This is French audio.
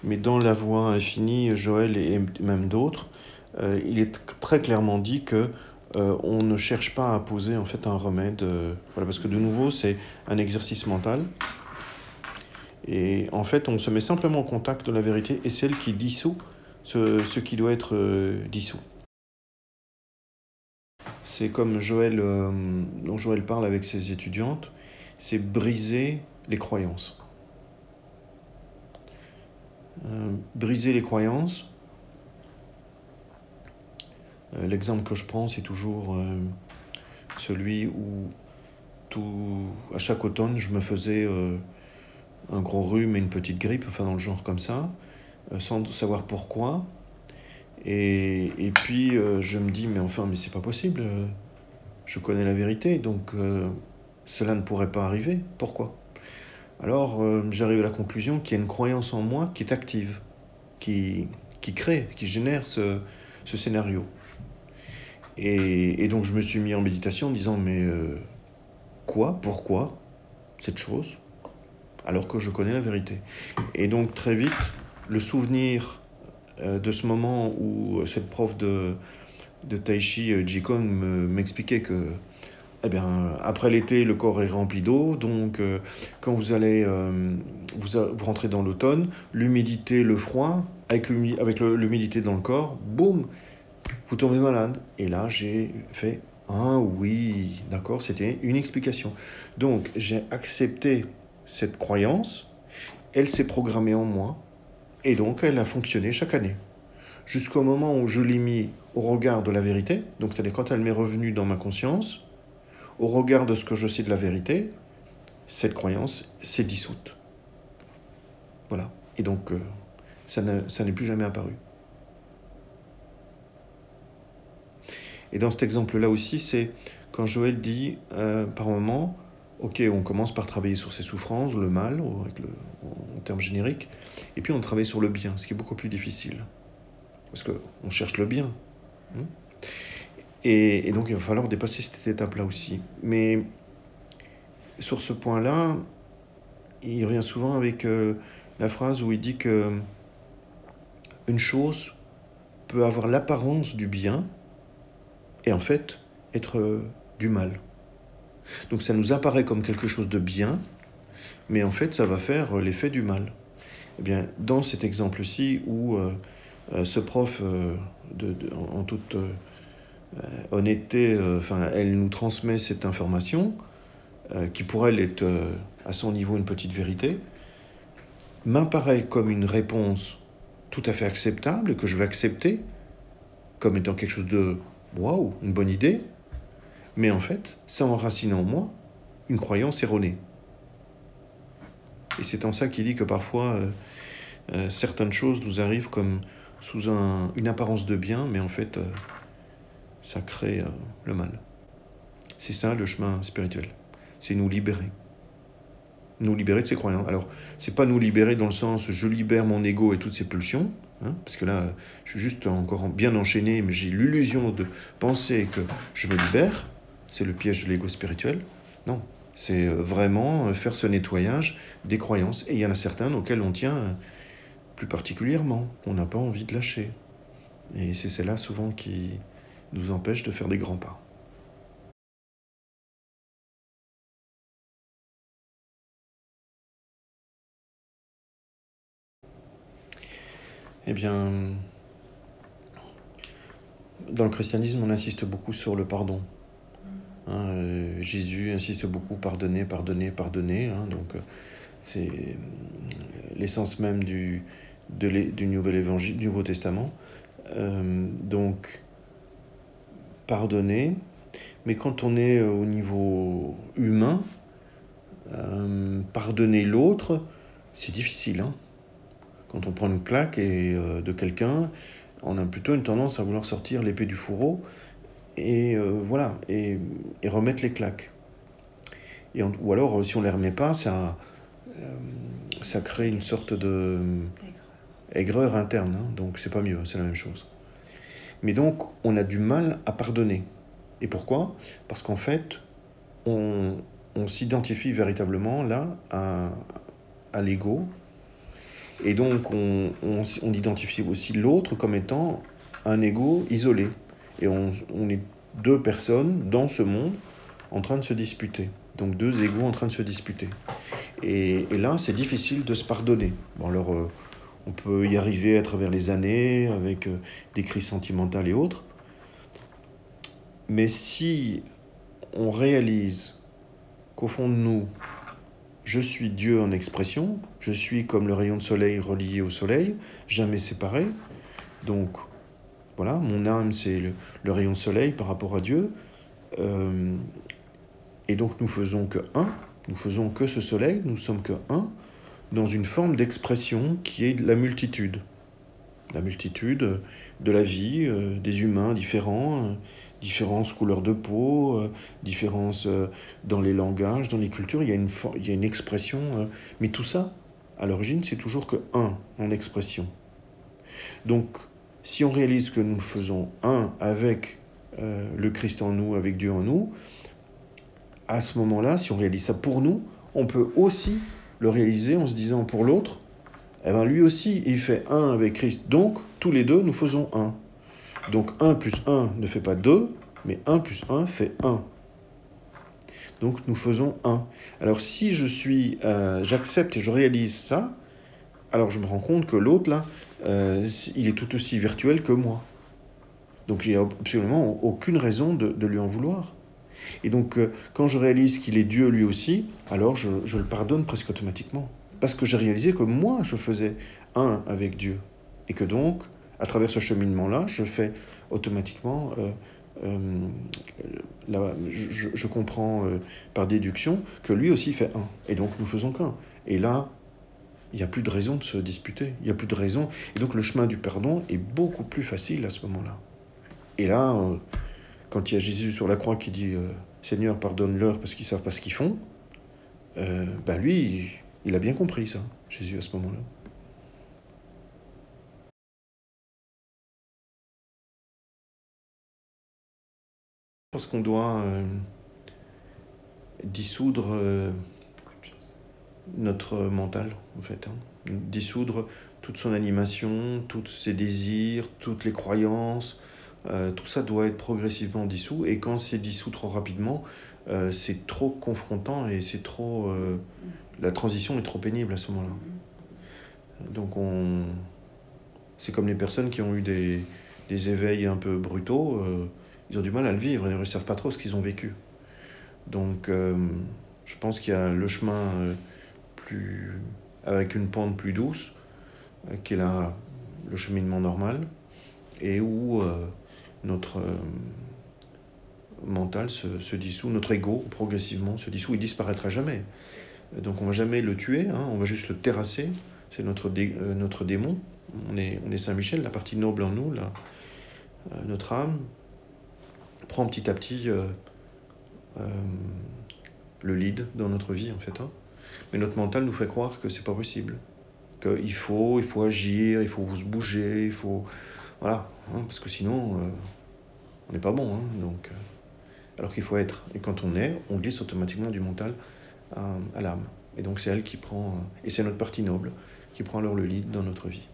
mais dans la voie infinie, Joël et même d'autres, il est très clairement dit que on ne cherche pas à poser en fait un remède, voilà, parce que de nouveau c'est un exercice mental, et en fait on se met simplement en contact de la vérité et c'est elle qui dissout ce qui doit être dissous. C'est comme Joël, dont Joël parle avec ses étudiantes, c'est briser les croyances. Briser les croyances, l'exemple que je prends, c'est toujours celui où à chaque automne, je me faisais un gros rhume et une petite grippe, enfin dans le genre comme ça, sans savoir pourquoi. Et puis je me dis, mais c'est pas possible, je connais la vérité, donc cela ne pourrait pas arriver. Pourquoi? Alors j'arrive à la conclusion qu'il y a une croyance en moi qui est active, qui, qui génère ce scénario. Et donc je me suis mis en méditation en disant, mais quoi? Pourquoi cette chose? Alors que je connais la vérité. Et donc très vite, le souvenir de ce moment où cette prof de Tai Chi Jikong m'expliquait que après l'été, le corps est rempli d'eau, donc quand vous allez vous rentrez dans l'automne, l'humidité, le froid, avec l'humidité dans le corps, boum, vous tombez malade. Et là, j'ai fait ah oui, d'accord, c'était une explication. Donc j'ai accepté cette croyance, elle s'est programmée en moi, et donc elle a fonctionné chaque année. Jusqu'au moment où je l'ai mis au regard de la vérité, donc c'est-à-dire quand elle m'est revenue dans ma conscience, au regard de ce que je sais de la vérité, cette croyance s'est dissoute. Voilà. Et donc, ça n'est plus jamais apparu. Et dans cet exemple-là aussi, c'est quand Joël dit, par moment, ok, on commence par travailler sur ses souffrances, le mal, en termes génériques, et puis on travaille sur le bien, ce qui est beaucoup plus difficile. Parce qu'on cherche le bien. Hein. Et donc, il va falloir dépasser cette étape-là aussi. Mais sur ce point-là, il revient souvent avec la phrase où il dit que une chose peut avoir l'apparence du bien et en fait être du mal. Donc ça nous apparaît comme quelque chose de bien, mais en fait ça va faire l'effet du mal. Eh bien, dans cet exemple-ci où ce prof, en toute honnêteté, elle nous transmet cette information, qui pour elle est à son niveau une petite vérité, m'apparaît comme une réponse tout à fait acceptable, que je vais accepter comme étant quelque chose de waouh, une bonne idée, mais en fait, ça enracine en moi une croyance erronée. Et c'est en ça qu'il dit que parfois, certaines choses nous arrivent comme sous une apparence de bien, mais en fait, ça crée le mal. C'est ça le chemin spirituel. C'est nous libérer. Nous libérer de ces croyances. Alors, c'est pas nous libérer dans le sens je libère mon ego et toutes ses pulsions, hein, parce que là, je suis juste encore bien enchaîné, mais j'ai l'illusion de penser que je me libère. C'est le piège de l'ego spirituel. Non, c'est vraiment faire ce nettoyage des croyances. Et il y en a certaines auxquelles on tient plus particulièrement, on n'a pas envie de lâcher. Et c'est celle-là souvent qui nous empêche de faire des grands pas. Eh bien, dans le christianisme, on insiste beaucoup sur le pardon. Hein, Jésus insiste beaucoup, pardonner, pardonner, pardonner. Hein, donc, c'est l'essence même du Nouvel Évangile, du Nouveau Testament. Donc, pardonner. Mais quand on est au niveau humain, pardonner l'autre, c'est difficile. Hein. Quand on prend une claque de quelqu'un, on a plutôt une tendance à vouloir sortir l'épée du fourreau et voilà, et remettre les claques. Ou alors, si on ne les remet pas, ça crée une sorte de aigreur interne, hein, donc c'est pas mieux, c'est la même chose. Mais donc, on a du mal à pardonner. Et pourquoi? Parce qu'en fait, on s'identifie véritablement là à l'ego, Et donc on identifie aussi l'autre comme étant un ego isolé. Et on est deux personnes dans ce monde en train de se disputer. Donc deux égos en train de se disputer. Et là, c'est difficile de se pardonner. Bon, alors, on peut y arriver à travers les années, avec des crises sentimentales et autres. Mais si on réalise qu'au fond de nous, je suis Dieu en expression, je suis comme le rayon de soleil relié au soleil, jamais séparé. Donc, voilà, mon âme, c'est le rayon de soleil par rapport à Dieu. Et donc, nous faisons que un, nous faisons que ce soleil, nous sommes que un, dans une forme d'expression qui est la multitude. La multitude de la vie, des humains différents, différences couleurs de peau, différences dans les langages, dans les cultures, il y a une expression, mais tout ça, à l'origine, c'est toujours que un en expression. Donc, si on réalise que nous faisons un avec le Christ en nous, avec Dieu en nous, à ce moment-là, si on réalise ça pour nous, on peut aussi le réaliser en se disant pour l'autre, eh ben lui aussi, il fait un avec Christ. Donc, tous les deux, nous faisons un. Donc, 1 plus 1 ne fait pas 2, mais 1 plus 1 fait 1. Donc, nous faisons 1. Alors, si j'accepte et je réalise ça, alors je me rends compte que l'autre, là, il est tout aussi virtuel que moi. Donc, il n'y a absolument aucune raison de lui en vouloir. Et donc, quand je réalise qu'il est Dieu lui aussi, alors je le pardonne presque automatiquement. Parce que j'ai réalisé que moi, je faisais un avec Dieu. Et que donc, à travers ce cheminement-là, je fais automatiquement, je comprends par déduction que lui aussi fait un. Et donc, nous faisons qu'un. Et là, il n'y a plus de raison de se disputer. Il n'y a plus de raison. Et donc, le chemin du pardon est beaucoup plus facile à ce moment-là. Et là, quand il y a Jésus sur la croix qui dit Seigneur, pardonne-leur parce qu'ils ne savent pas ce qu'ils font, lui, il a bien compris ça, Jésus, à ce moment-là. Parce qu'on doit dissoudre notre mental, en fait. Dissoudre toute son animation, tous ses désirs, toutes les croyances. Tout ça doit être progressivement dissous. Et quand c'est dissous trop rapidement, c'est trop confrontant et c'est trop... la transition est trop pénible à ce moment-là. Donc c'est comme les personnes qui ont eu des éveils un peu brutaux, ils ont du mal à le vivre, ils ne savent pas trop ce qu'ils ont vécu. Donc je pense qu'il y a le chemin avec une pente plus douce, qui est le cheminement normal, et où notre mental se dissout, notre ego progressivement se dissout, il disparaîtra jamais. Donc on ne va jamais le tuer, on va juste le terrasser, c'est notre démon, on est Saint-Michel, la partie noble en nous, notre âme prend petit à petit le lead dans notre vie en fait. Mais notre mental nous fait croire que c'est pas possible, qu'il faut agir, il faut se bouger, il faut... Voilà, parce que sinon on n'est pas bon. Donc, alors qu'il faut être. Et quand on glisse automatiquement du mental à l'âme. Et donc c'est elle qui prend, et c'est notre partie noble, qui prend alors le lead dans notre vie.